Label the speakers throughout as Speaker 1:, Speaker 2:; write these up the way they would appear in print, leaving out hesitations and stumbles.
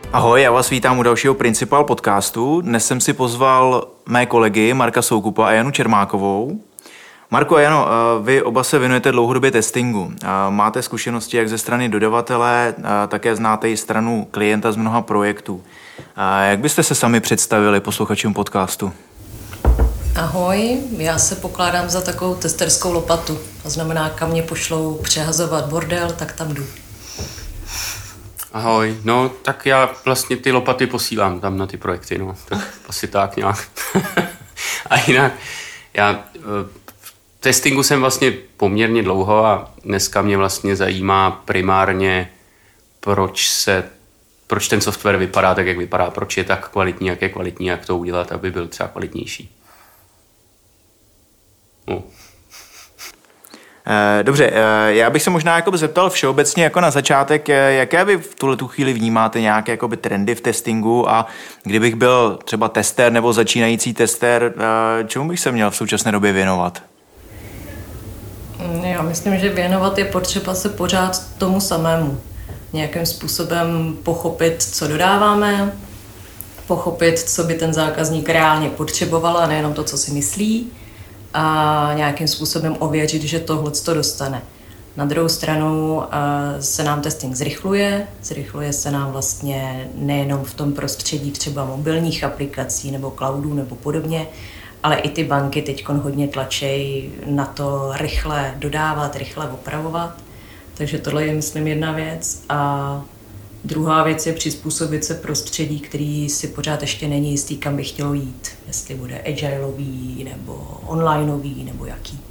Speaker 1: Ahoj, já vás vítám u dalšího Principal podcastu. Dnes jsem si pozval mé kolegy Marka Soukupa a Janu Čermákovou. Marko a Jano, vy oba se věnujete dlouhodobě testingu. Máte zkušenosti jak ze strany dodavatele, také znáte i stranu klienta z mnoha projektů. Jak byste se sami představili posluchačům podcastu?
Speaker 2: Ahoj, já se pokládám za takovou testerskou lopatu. To znamená, kam mě pošlou přehazovat bordel, tak tam jdu.
Speaker 3: Ahoj, no tak já vlastně ty lopaty posílám tam na ty projekty, no, tak asi tak nějak. A jinak, já v testingu jsem vlastně poměrně dlouho a dneska mě vlastně zajímá primárně, proč ten software vypadá tak, jak vypadá, proč je tak kvalitní, jak to udělat, aby byl třeba kvalitnější. No.
Speaker 1: Dobře, já bych se možná zeptal všeobecně jako na začátek, jaké vy v tuhletu chvíli vnímáte nějaké trendy v testingu a kdybych byl třeba tester nebo začínající tester, čemu bych se měl v současné době věnovat?
Speaker 2: Já myslím, že věnovat je potřeba se pořád tomu samému. Nějakým způsobem pochopit, co dodáváme, pochopit, co by ten zákazník reálně potřeboval a nejenom to, co si myslí, a nějakým způsobem ověřit, že tohle to dostane. Na druhou stranu se nám testing zrychluje se nám vlastně nejenom v tom prostředí třeba mobilních aplikací nebo cloudů nebo podobně, ale i ty banky teď hodně tlačí na to rychle dodávat, rychle opravovat. Takže tohle je, myslím, jedna věc. A druhá věc je přizpůsobit se prostředí, který si pořád ještě není jistý, kam by chtělo jít. Jestli bude agileový, nebo onlineový, nebo jaký.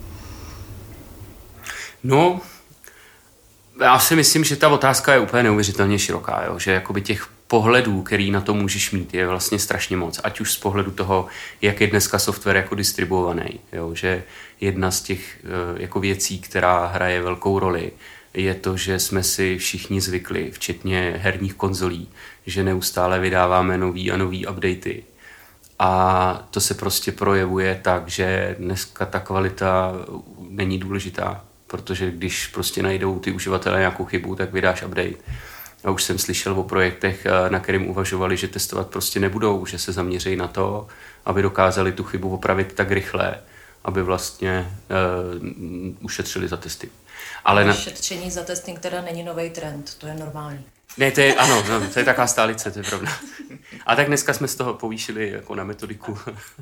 Speaker 3: No, já si myslím, že ta otázka je úplně neuvěřitelně široká, jo? Že jakoby těch pohledů, který na to můžeš mít, je vlastně strašně moc. Ať už z pohledu toho, jak je dneska software jako distribuovaný. Jo? Že jedna z těch jako věcí, která hraje velkou roli, je to, že jsme si všichni zvykli, včetně herních konzolí, že neustále vydáváme nový a nový updaty. A to se prostě projevuje tak, že dneska ta kvalita není důležitá, protože když prostě najdou ty uživatelé nějakou chybu, tak vydáš update. Já už jsem slyšel o projektech, na kterým uvažovali, že testovat prostě nebudou, že se zaměří na to, aby dokázali tu chybu opravit tak rychle, aby vlastně ušetřili za testy.
Speaker 2: Ale šetření za testing teda není nový trend, to je normální.
Speaker 3: Ne, to je taková stálice, to je pravda. A tak dneska jsme z toho povýšili jako na metodiku.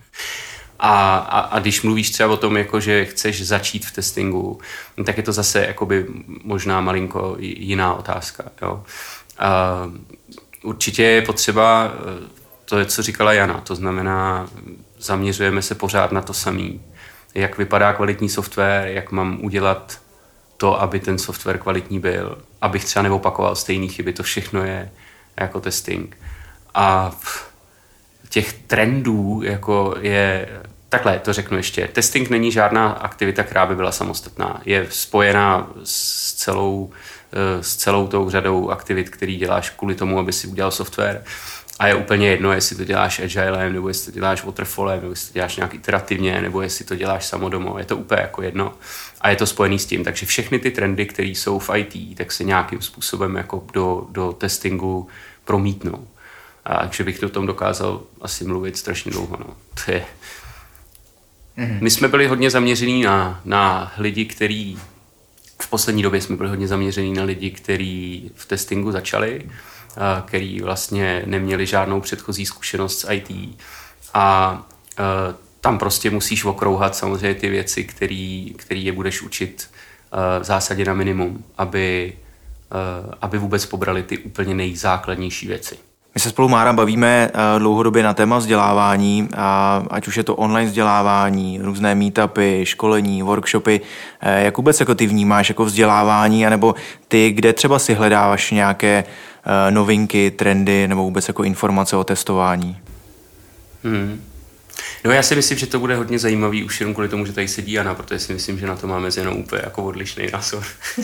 Speaker 3: A když mluvíš třeba o tom, jako, že chceš začít v testingu, tak je to zase jakoby možná malinko jiná otázka. Jo? Určitě je potřeba to, co říkala Jana, to znamená, zaměřujeme se pořád na to samý. Jak vypadá kvalitní software, jak mám udělat to, aby ten software kvalitní byl, abych třeba neopakoval stejné chyby, to všechno je jako testing. A těch trendů jako je, takhle to řeknu ještě, testing není žádná aktivita, která by byla samostatná. Je spojená s celou tou řadou aktivit, který děláš kvůli tomu, aby si udělal software. A je úplně jedno, jestli to děláš agilem, nebo jestli to děláš waterfallem, nebo jestli to děláš nějak iterativně, nebo jestli to děláš samodomo. Je to úplně jako jedno. A je to spojený s tím. Takže všechny ty trendy, které jsou v IT, tak se nějakým způsobem jako do testingu promítnou. Takže bych o tom dokázal asi mluvit strašně dlouho. No. To je. My jsme byli hodně zaměření na lidi, kteří v poslední době jsme byli hodně zaměření na lidi, kteří v testingu začali, který vlastně neměli žádnou předchozí zkušenost s IT. A tam prostě musíš okrouhat samozřejmě ty věci, které je budeš učit v zásadě na minimum, aby vůbec pobrali ty úplně nejzákladnější věci.
Speaker 1: My se spolu, Mára, bavíme dlouhodobě na téma vzdělávání, ať už je to online vzdělávání, různé meetupy, školení, workshopy. Jak vůbec jako ty vnímáš jako vzdělávání, anebo ty, kde třeba si hledáváš nějaké novinky, trendy nebo vůbec jako informace o testování?
Speaker 3: No já si myslím, že to bude hodně zajímavý už jenom kvůli tomu, že tady sedí Jana, protože si myslím, že na to máme jenom úplně jako odlišný názor.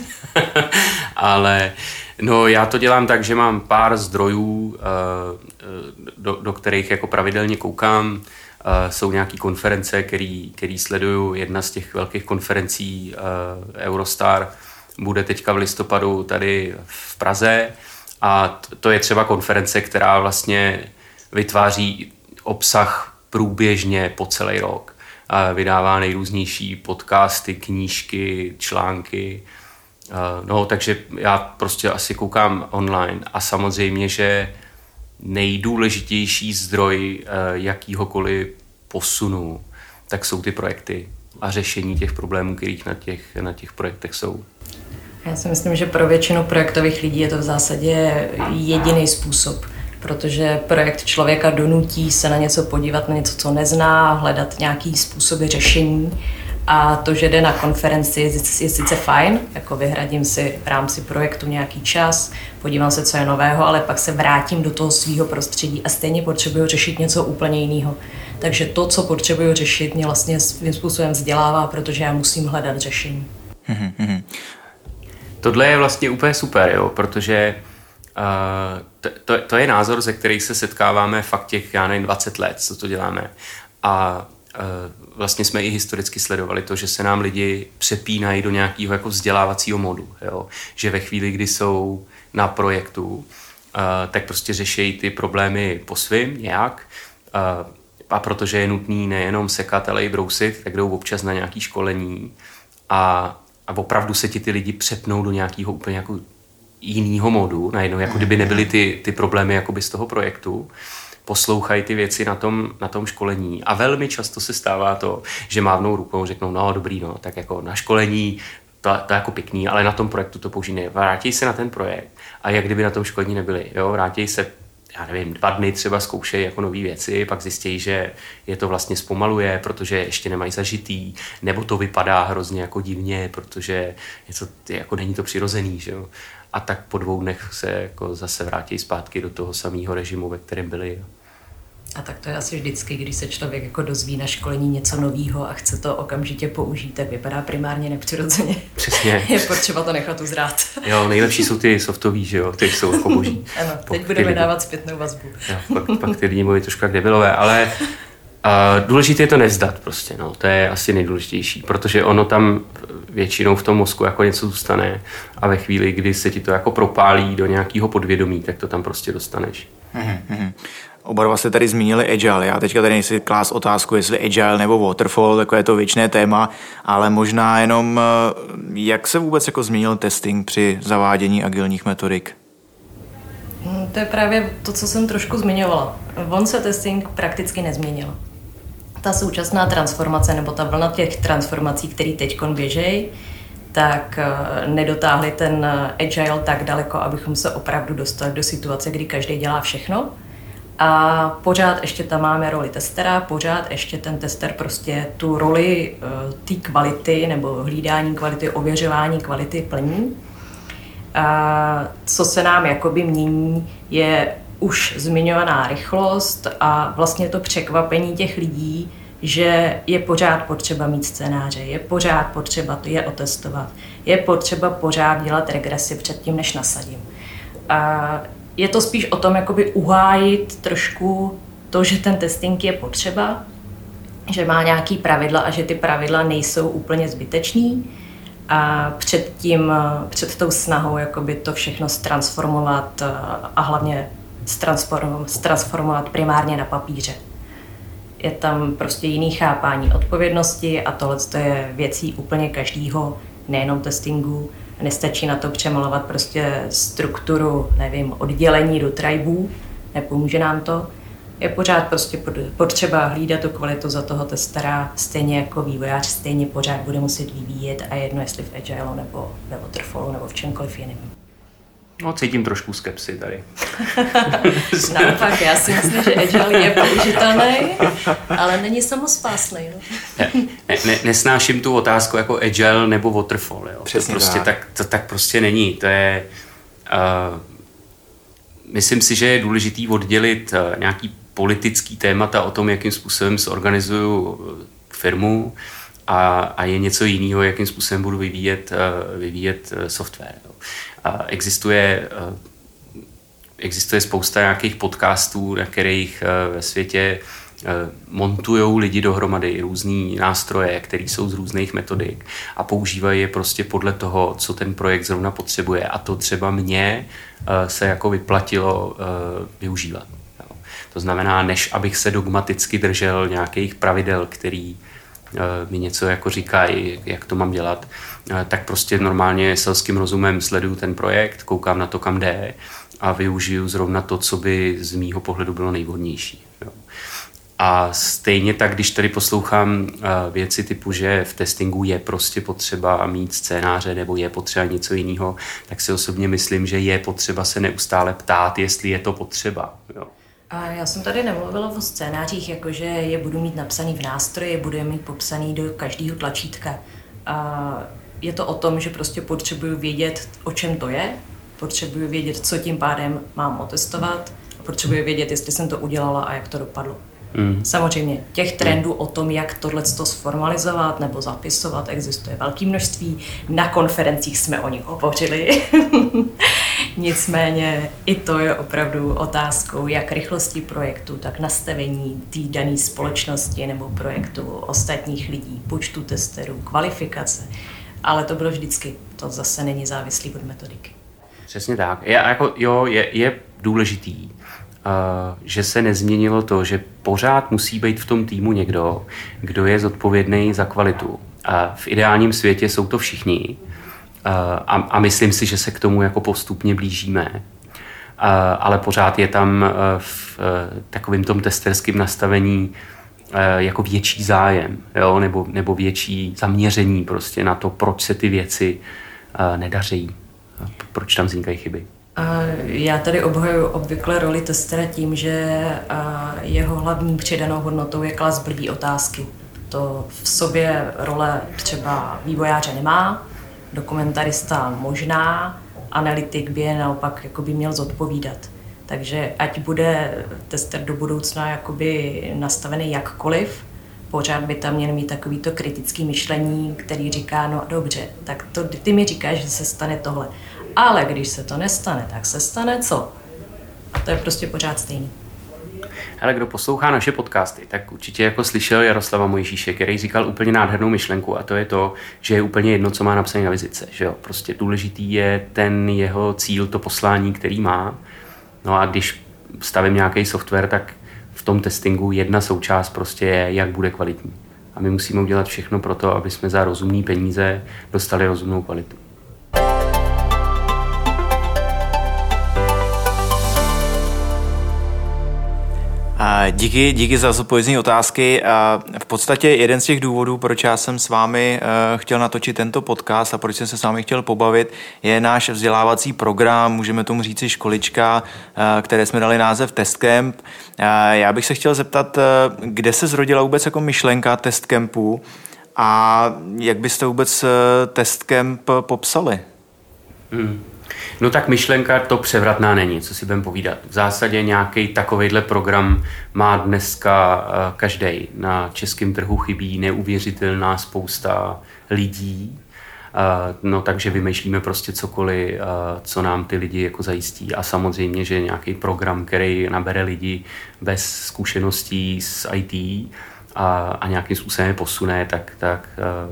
Speaker 3: Ale no já to dělám tak, že mám pár zdrojů, do kterých jako pravidelně koukám. Jsou nějaké konference, který sleduju. Jedna z těch velkých konferencí Eurostar bude teďka v listopadu tady v Praze A to je třeba konference, která vlastně vytváří obsah průběžně po celý rok. A vydává nejrůznější podcasty, knížky, články. No, takže já prostě asi koukám online. A samozřejmě, že nejdůležitější zdroj jakýhokoliv posunu, tak jsou ty projekty a řešení těch problémů, kterých na těch projektech jsou.
Speaker 2: Já si myslím, že pro většinu projektových lidí je to v zásadě jediný způsob, protože projekt člověka donutí se na něco podívat, na něco, co nezná, hledat nějaký způsoby řešení. A to, že jde na konferenci, je sice fajn, jako vyhradím si v rámci projektu nějaký čas, podívám se, co je nového, ale pak se vrátím do toho svého prostředí a stejně potřebuju řešit něco úplně jiného. Takže to, co potřebuju řešit, mě vlastně svým způsobem vzdělává, protože já musím hledat řešení.
Speaker 3: Tohle je vlastně úplně super, jo, protože to je názor, ze kterých se setkáváme fakt těch, 20 let, co to děláme. A vlastně jsme i historicky sledovali to, že se nám lidi přepínají do nějakého jako vzdělávacího modu. Jo? Že ve chvíli, kdy jsou na projektu, tak prostě řeší ty problémy po svým nějak. A protože je nutný nejenom sekat, ale i brousit, tak jdou občas na nějaké školení a opravdu se ti ty lidi přepnou do nějakého úplně jako jinýho modu, najednou, jako kdyby nebyly ty problémy jakoby z toho projektu. Poslouchají ty věci na tom školení a velmi často se stává to, že mávnou rukou, řeknou, no dobrý, no, tak jako na školení to je jako pěkný, ale na tom projektu to použijí. Vrátí se na ten projekt a jak kdyby na tom školení nebyli, jo, vrátí se, já nevím, 2 dny třeba zkoušejí jako nové věci, pak zjistějí, že je to vlastně zpomaluje, protože ještě nemají zažitý, nebo to vypadá hrozně jako divně, protože jako není to přirozený, že jo. A tak po 2 dnech se jako zase vrátí zpátky do toho samého režimu, ve kterém byli.
Speaker 2: A tak to je asi vždycky, když se člověk jako dozví na školení něco nového a chce to okamžitě použít, tak vypadá primárně nepřirozeně.
Speaker 3: Přesně.
Speaker 2: Je potřeba to nechat uzrát.
Speaker 3: Jo, nejlepší jsou ty softoví, že jo, ty jsou jako boží.
Speaker 2: Ano, teď budeme dávat zpětnou vazbu.
Speaker 3: Jo, pak ty lidi mluví trošku jak debilové, ale důležité je to nevzdat prostě, no, to je asi nejdůležitější, protože ono tam většinou v tom mozku jako něco zůstane a ve chvíli, kdy se ti to jako propálí do nějakého podvědomí, tak to tam prostě dostaneš.
Speaker 1: Oba dva jste tady zmínili agile. Já teďka tady nejsi klás otázku, jestli agile nebo waterfall, takové to věčné téma, ale možná jenom, jak se vůbec jako změnil testing při zavádění agilních metodik?
Speaker 2: To je právě to, co jsem trošku zmiňovala. On se testing prakticky nezměnil. Ta současná transformace, nebo ta vlna těch transformací, které teďkon běžejí, tak nedotáhli ten agile tak daleko, abychom se opravdu dostali do situace, kdy každý dělá všechno. A pořád ještě tam máme roli testera, pořád ještě ten tester prostě tu roli té kvality nebo hlídání kvality, ověřování kvality plní. A co se nám jakoby mění, je už zmiňovaná rychlost a vlastně to překvapení těch lidí, že je pořád potřeba mít scénáře, je pořád potřeba je otestovat, je potřeba pořád dělat regresi předtím, než nasadím. A je to spíš o tom jakoby uhájit trošku to, že ten testing je potřeba, že má nějaký pravidla a že ty pravidla nejsou úplně zbytečný a před tou snahou jakoby to všechno ztransformovat a hlavně ztransformovat primárně na papíře. Je tam prostě jiný chápání odpovědnosti a tohle je věcí úplně každýho, nejenom testingu. Nestačí na to přemalovat prostě strukturu, nevím, oddělení do tribů, nepomůže nám to. Je pořád prostě potřeba hlídat tu kvalitu za toho testera, stejně jako vývojář, stejně pořád bude muset vyvíjet a jedno jestli v Agile nebo ve Waterfallu nebo v čemkoliv jiném.
Speaker 3: No, cítím trošku skepsi tady.
Speaker 2: Naopak, já si myslím, že Agile je použitelný, ale není samospásný. No?
Speaker 3: Nesnáším tu otázku jako Agile nebo Waterfall. Jo.
Speaker 1: Přesně
Speaker 3: to prostě tak prostě není. To je, myslím si, že je důležitý oddělit nějaký politický témata o tom, jakým způsobem zorganizuju firmu a je něco jiného, jakým způsobem budu vyvíjet software. Jo. Existuje spousta nějakých podcastů, na kterých ve světě montujou lidi dohromady různý nástroje, které jsou z různých metodik a používají je prostě podle toho, co ten projekt zrovna potřebuje. A to třeba mně se jako vyplatilo využívat. Jo. To znamená, než abych se dogmaticky držel nějakých pravidel, který mi něco jako říkají, jak to mám dělat, tak prostě normálně selským rozumem sleduju ten projekt, koukám na to, kam jde a využiju zrovna to, co by z mýho pohledu bylo nejvhodnější. Jo. A stejně tak, když tady poslouchám věci typu, že v testingu je prostě potřeba mít scénáře nebo je potřeba něco jiného, tak si osobně myslím, že je potřeba se neustále ptát, jestli je to potřeba. Jo.
Speaker 2: A já jsem tady nemluvila o scénářích, jakože je budu mít napsaný v nástroji, budu je mít popsaný do každého tlačítka. A je to o tom, že prostě potřebuju vědět, o čem to je, potřebuju vědět, co tím pádem mám otestovat, a potřebuju vědět, jestli jsem to udělala a jak to dopadlo. Samozřejmě těch trendů o tom, jak tohleto sformalizovat nebo zapisovat, existuje velké množství. Na konferencích jsme o nich hovořili. Nicméně i to je opravdu otázkou jak rychlosti projektu, tak nastavení té dané společnosti nebo projektu ostatních lidí, počtu testerů, kvalifikace. Ale to bylo vždycky. To zase není závislý od metodiky.
Speaker 3: Přesně tak. Je důležitý, že se nezměnilo to, že pořád musí být v tom týmu někdo, kdo je zodpovědný za kvalitu. V ideálním světě jsou to všichni a myslím si, že se k tomu jako postupně blížíme. Ale pořád je tam v takovém tom testerském nastavení jako větší zájem, jo? Nebo větší zaměření prostě na to, proč se ty věci nedaří, proč tam vznikají chyby.
Speaker 2: Já tady obhajuji obvykle roli testera tím, že jeho hlavní přidanou hodnotou je klas blbý otázky. To v sobě role třeba vývojáře nemá, dokumentarista možná, analytik by je naopak jakoby měl zodpovídat. Takže ať bude tester do budoucna jakoby nastavený jakkoliv, pořád by tam měl mít takovýto kritický myšlení, který říká, no dobře, tak to, ty mi říkáš, že se stane tohle. Ale když se to nestane, tak se stane co? A to je prostě pořád stejný.
Speaker 3: Ale kdo poslouchá naše podcasty, tak určitě jako slyšel Jaroslava Mojžíše, který říkal úplně nádhernou myšlenku a to je to, že je úplně jedno, co má napsané na vizice. Že jo? Prostě důležitý je ten jeho cíl, to poslání, který má. No a když stavím nějaký software, tak v tom testingu jedna součást prostě je, jak bude kvalitní. A my musíme udělat všechno pro to, aby jsme za rozumný peníze dostali rozumnou kvalitu.
Speaker 1: Díky za zodpovězení otázky. V podstatě jeden z těch důvodů, proč já jsem s vámi chtěl natočit tento podcast a proč jsem se s vámi chtěl pobavit, je náš vzdělávací program, můžeme tomu říci školička, které jsme dali název Testcamp. Já bych se chtěl zeptat, kde se zrodila vůbec jako myšlenka Testcampu a jak byste vůbec Testcamp popsali?
Speaker 3: No tak myšlenka to převratná není, co si budeme povídat. V zásadě nějaký takovejhle program má dneska každej. Na českém trhu chybí neuvěřitelná spousta lidí, no takže vymýšlíme prostě cokoliv, co nám ty lidi jako zajistí. A samozřejmě, že nějaký program, který nabere lidi bez zkušeností s IT a nějakým způsobem posune, tak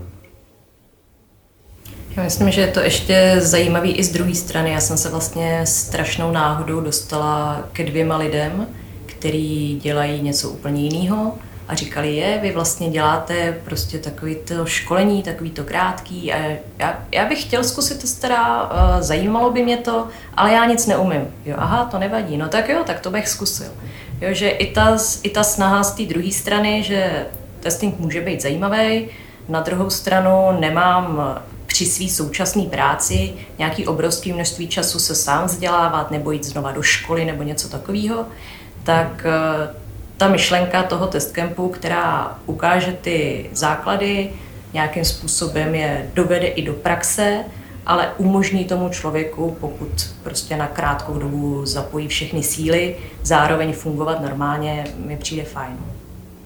Speaker 2: já myslím, že je to ještě zajímavý i z druhé strany. Já jsem se vlastně strašnou náhodou dostala ke 2 lidem, kteří dělají něco úplně jiného a říkali, vy vlastně děláte prostě takový to školení, takový to krátký a já bych chtěl zkusit testera, zajímalo by mě to, ale já nic neumím. Jo, aha, to nevadí, no tak jo, tak to bych zkusil. Jo, že i ta snaha z té druhé strany, že testing může být zajímavý, na druhou stranu nemám při své současné práci nějaký obrovské množství času se sám vzdělávat nebo jít znova do školy nebo něco takového, tak ta myšlenka toho testcampu, která ukáže ty základy, nějakým způsobem je dovede i do praxe, ale umožní tomu člověku, pokud prostě na krátkou dobu zapojí všechny síly, zároveň fungovat normálně, mi přijde fajn.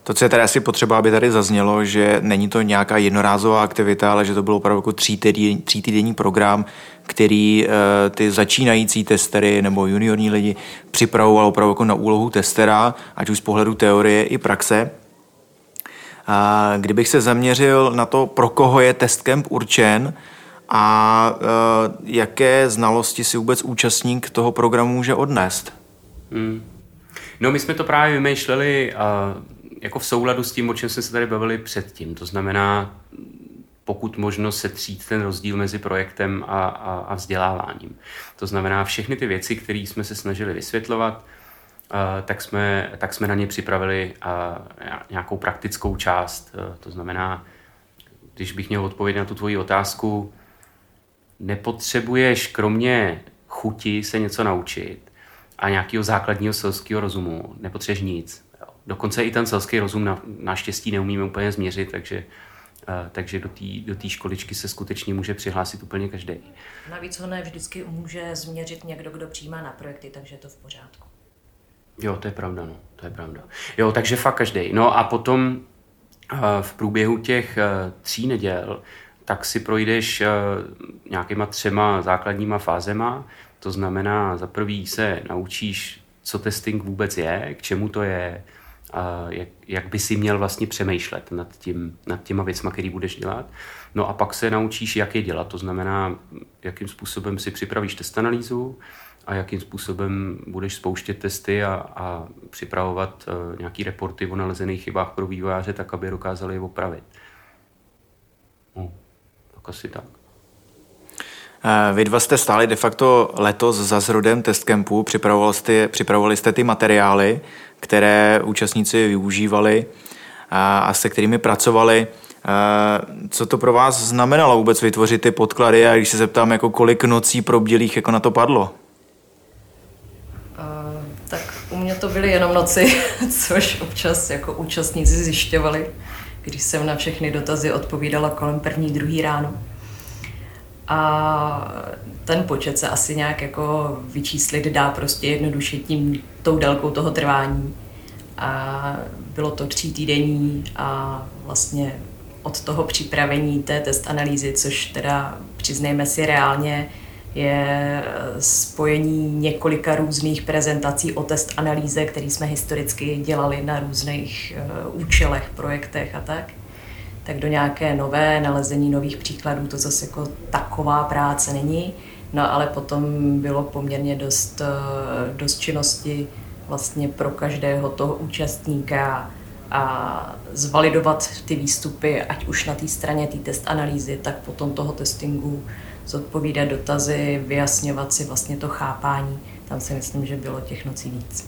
Speaker 1: To, co je tady asi potřeba, aby tady zaznělo, že není to nějaká jednorázová aktivita, ale že to byl opravdu jako třítýdenní program, který ty začínající testery nebo juniorní lidi připravoval opravdu jako na úlohu testera, ať už z pohledu teorie i praxe. A kdybych se zaměřil na to, pro koho je testcamp určen a jaké znalosti si vůbec účastník toho programu může odnést?
Speaker 3: No, my jsme to právě vymýšleli jako v souladu s tím, o čem jsme se tady bavili předtím. To znamená, pokud možno setřít ten rozdíl mezi projektem a vzděláváním. To znamená, všechny ty věci, které jsme se snažili vysvětlovat, tak jsme na ně připravili nějakou praktickou část. To znamená, když bych měl odpovědět na tu tvoji otázku, nepotřebuješ kromě chuti se něco naučit a nějakého základního selského rozumu, nepotřebuješ nic. Dokonce i ten selský rozum naštěstí neumíme úplně změřit, takže do té školičky se skutečně může přihlásit úplně každý.
Speaker 2: Navíc ho ne vždycky může změřit někdo, kdo přijímá na projekty, takže je to v pořádku.
Speaker 3: Jo, to je pravda, no. To je pravda. Jo, takže fakt každý. No a potom v průběhu těch 3 neděl tak si projdeš nějakýma 3 základníma fázema. To znamená, za prvý se naučíš, co testing vůbec je, k čemu to je, jak by si měl vlastně přemýšlet nad těma věcma, který budeš dělat. No a pak se naučíš, jak je dělat. To znamená, jakým způsobem si připravíš test analýzu a jakým způsobem budeš spouštět testy a připravovat nějaký reporty o nalezených chybách pro vývojáře, tak, aby dokázali je opravit. No, tak asi tak.
Speaker 1: Vy dva jste stáli de facto letos za zrodem testcampu, připravovali jste ty materiály, které účastníci využívali a se kterými pracovali. Co to pro vás znamenalo vůbec vytvořit ty podklady a když se zeptám, jako kolik nocí probdělých jako na to padlo?
Speaker 2: Tak u mě to byly jenom noci, což občas jako účastníci zjišťovali, když jsem na všechny dotazy odpovídala kolem 1., 2. ráno. A ten počet se asi nějak jako vyčíslit dá prostě jednoduše tou délkou toho trvání. A bylo to 3týdenní a vlastně od toho připravení té test analýzy, což teda přiznejme si reálně, je spojení několika různých prezentací o test analýze, které jsme historicky dělali na různých účelech, projektech a tak do nějaké nové, nalezení nových příkladů, to zase jako taková práce není. No ale potom bylo poměrně dost činnosti vlastně pro každého toho účastníka a zvalidovat ty výstupy, ať už na té straně té test analýzy, tak potom toho testingu, zodpovídat dotazy, vyjasňovat si vlastně to chápání. Tam si myslím, že bylo těch nocí víc.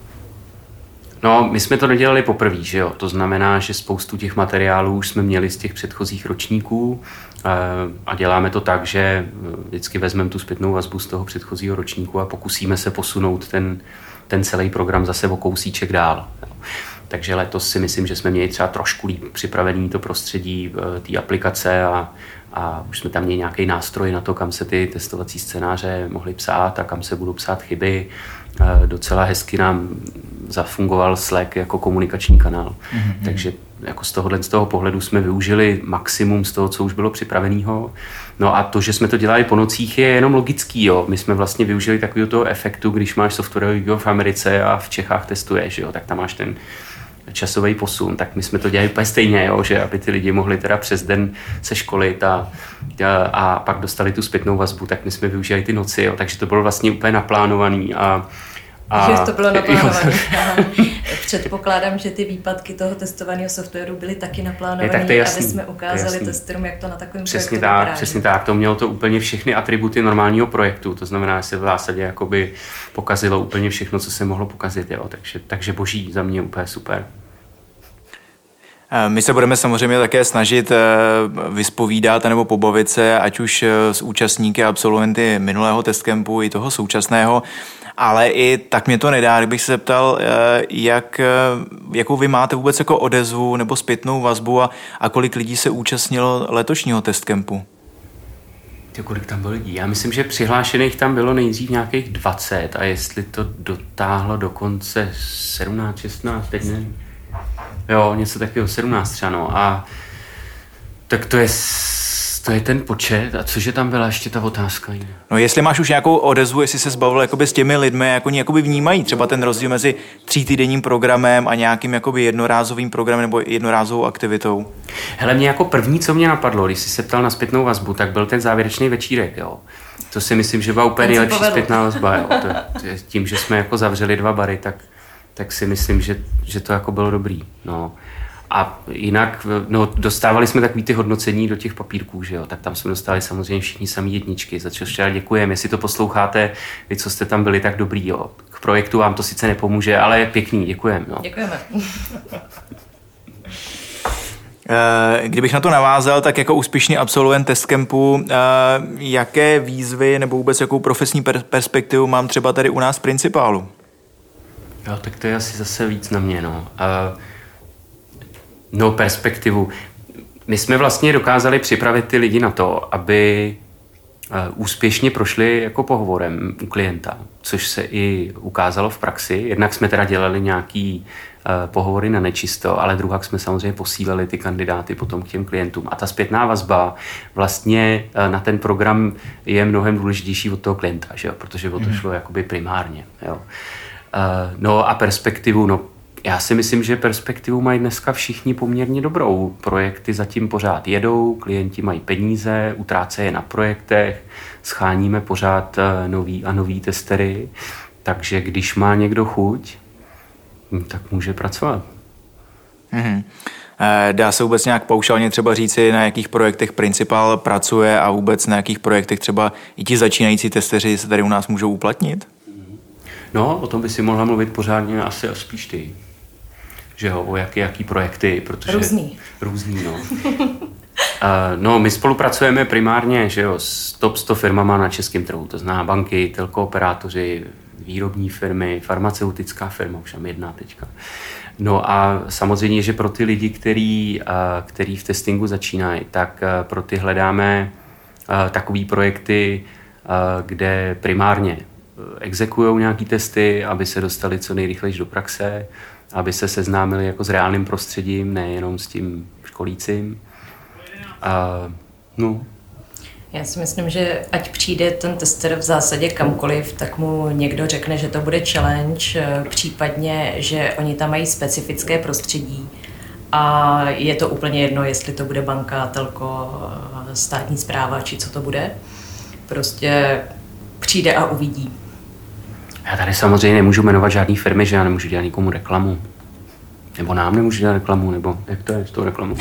Speaker 3: No, my jsme to nedělali poprvé, že jo? To znamená, že spoustu těch materiálů už jsme měli z těch předchozích ročníků a děláme to tak, že vždycky vezmeme tu zpětnou vazbu z toho předchozího ročníku a pokusíme se posunout ten celý program zase o kousíček dál. Takže letos si myslím, že jsme měli třeba trošku líp připravený to prostředí té aplikace a už jsme tam měli nějaký nástroj na to, kam se ty testovací scénáře mohly psát a kam se budou psát chyby. Docela hezky nám zafungoval Slack jako komunikační kanál. Mm-hmm. Takže jako z toho pohledu jsme využili maximum z toho, co už bylo připraveného. No a to, že jsme to dělali po nocích, je jenom logický. Jo. My jsme vlastně využili takového toho efektu, když máš softwarový v Americe a v Čechách testuješ, jo, tak tam máš ten časový posun, tak my jsme to dělali úplně stejně, jo, že aby ty lidi mohli teda přes den se školit a pak dostali tu zpětnou vazbu, tak my jsme využili ty noci, jo, takže to bylo vlastně úplně naplánovaný
Speaker 2: že to bylo naplánované. Předpokládám, že ty výpadky toho testovaného softwaru byly taky naplánované, aby jsme ukázali testerům, jak to na takovém projektu vypadá.
Speaker 3: Přesně tak, to mělo to úplně všechny atributy normálního projektu, to znamená, že se v zásadě jakoby pokazilo úplně všechno, co se mohlo pokazit, jo, takže boží, za mě úplně super.
Speaker 1: My se budeme samozřejmě také snažit vyspovídat nebo pobavit se, ať už s účastníky a absolventy minulého testcampu i toho současného, ale i tak mě to nedá, kdybych se zeptal, jakou vy máte vůbec jako odezvu nebo zpětnou vazbu a kolik lidí se účastnilo letošního testcampu?
Speaker 3: Kolik tam bylo lidí? Já myslím, že přihlášených tam bylo nejdřív nějakých 20 a jestli to dotáhlo do konce 17, 16, teď nevím. Jo, něco takového, 17 třeba, no. A tak to je ten počet. A cože tam byla ještě ta otázka?
Speaker 1: No jestli máš už nějakou odezvu, jestli se zbavil jakoby s těmi lidmi, jak oni jakoby vnímají třeba ten rozdíl mezi 3týdenním programem a nějakým jakoby jednorázovým programem nebo jednorázovou aktivitou.
Speaker 3: Hele, mě jako první, co mě napadlo, když jsi se ptal na zpětnou vazbu, tak byl ten závěrečný večírek, jo. To si myslím, že byla úplně nejlepší zpětná vazba, jo. Tím, že jsme jako zavřeli 2 bary, tak si myslím, že to jako bylo dobrý, no. A jinak, no, dostávali jsme takový ty hodnocení do těch papírků, že jo, tak tam jsme dostali samozřejmě všichni samý jedničky, za což teda děkujeme, jestli to posloucháte, vy, co jste tam byli, tak dobrý, jo. K projektu vám to sice nepomůže, ale je pěkný, děkujeme, no.
Speaker 2: Děkujeme.
Speaker 1: Kdybych na to navázal, tak jako úspěšný absolvent testcampu, jaké výzvy nebo vůbec jakou profesní perspektivu mám třeba tady u nás v Principálu?
Speaker 3: Jo, tak to je asi zase víc na mě, no. No, perspektivu. My jsme vlastně dokázali připravit ty lidi na to, aby úspěšně prošli jako pohovorem u klienta, což se i ukázalo v praxi. Jednak jsme teda dělali nějaký pohovory na nečisto, ale druhak jsme samozřejmě posílali ty kandidáty potom k těm klientům. A ta zpětná vazba vlastně na ten program je mnohem důležitější od toho klienta, že jo? Protože o to šlo jakoby primárně. Jo? No a perspektivu, no já si myslím, že perspektivu mají dneska všichni poměrně dobrou. Projekty zatím pořád jedou, klienti mají peníze, utrácejí je na projektech, scháníme pořád nový a nový testery, takže když má někdo chuť, tak může pracovat.
Speaker 1: Dá se vůbec nějak paušálně třeba říci, na jakých projektech Principal pracuje a vůbec na jakých projektech třeba i ti začínající testeři se tady u nás můžou uplatnit?
Speaker 3: No, o tom by si mohla mluvit pořádně asi a spíš ty. Že jo, o jaký projekty, protože... Různý, no. No, my spolupracujeme primárně, že jo, s top 100 firmama na českém trhu, to znamená banky, telkooperátoři, výrobní firmy, farmaceutická firma, už tam jedna teďka. No a samozřejmě, že pro ty lidi, který v testingu začínají, tak pro ty hledáme takový projekty, kde primárně exekujou nějaký testy, aby se dostali co nejrychleji do praxe, aby se seznámili jako s reálným prostředím, nejenom s tím školícím. No.
Speaker 2: Já si myslím, že ať přijde ten tester v zásadě kamkoliv, tak mu někdo řekne, že to bude challenge, případně, že oni tam mají specifické prostředí a je to úplně jedno, jestli to bude banka, telko, státní správa, či co to bude. Prostě přijde a uvidí.
Speaker 3: Já tady samozřejmě nemůžu jmenovat žádný firmy, že já nemůžu dělat nikomu reklamu. Nebo nám nemůžu dělat reklamu, nebo jak to je s tou reklamou?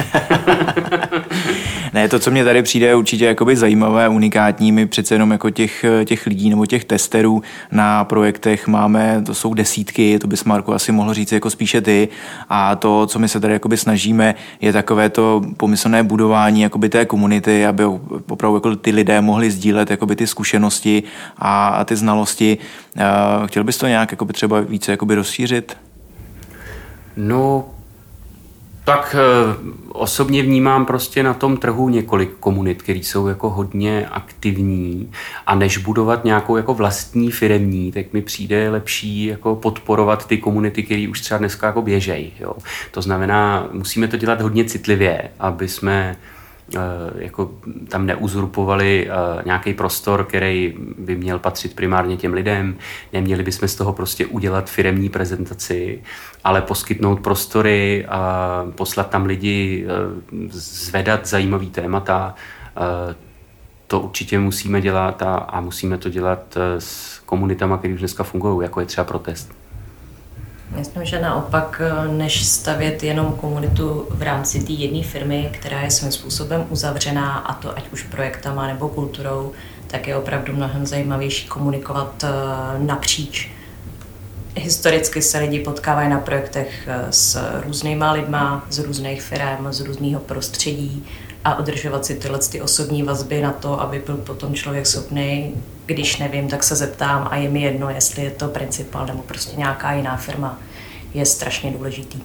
Speaker 1: Ne, to, co mě tady přijde, je určitě jakoby zajímavé, unikátní. My přece jenom jako těch lidí nebo těch testerů na projektech máme, to jsou desítky, to bys, Marku, asi mohl říct jako spíše ty. A to, co my se tady jakoby snažíme, je takové to pomyslné budování jakoby té komunity, aby opravdu jako ty lidé mohli sdílet jakoby ty zkušenosti a ty znalosti. Chtěl bys to nějak jakoby třeba více jakoby rozšířit?
Speaker 3: No, tak osobně vnímám prostě na tom trhu několik komunit, které jsou jako hodně aktivní a než budovat nějakou jako vlastní firemní, tak mi přijde lepší jako podporovat ty komunity, které už třeba dneska jako běžejí. Jo. To znamená, musíme to dělat hodně citlivě, aby jsme jako tam neuzurpovali nějaký prostor, který by měl patřit primárně těm lidem. Neměli bychom z toho prostě udělat firemní prezentaci, ale poskytnout prostory a poslat tam lidi, zvedat zajímavý témata. To určitě musíme dělat a musíme to dělat s komunitama, které už dneska fungují, jako je třeba Protest.
Speaker 2: Myslím, že naopak, než stavět jenom komunitu v rámci té jedné firmy, která je svým způsobem uzavřená, a to ať už projektama nebo kulturou, tak je opravdu mnohem zajímavější komunikovat napříč. Historicky se lidi potkávají na projektech s různýma lidma, z různých firm, z různého prostředí a udržovat si tyhle osobní vazby na to, aby byl potom člověk schopný, když nevím, tak se zeptám a je mi jedno, jestli je to Principal nebo prostě nějaká jiná firma, je strašně důležitý.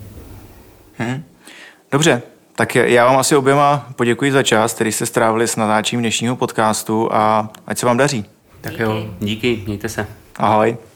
Speaker 1: Dobře, tak já vám asi oběma poděkuji za čas, který jste strávili s natáčením dnešního podcastu a ať se vám daří.
Speaker 3: Tak jo, díky, mějte se.
Speaker 1: Ahoj.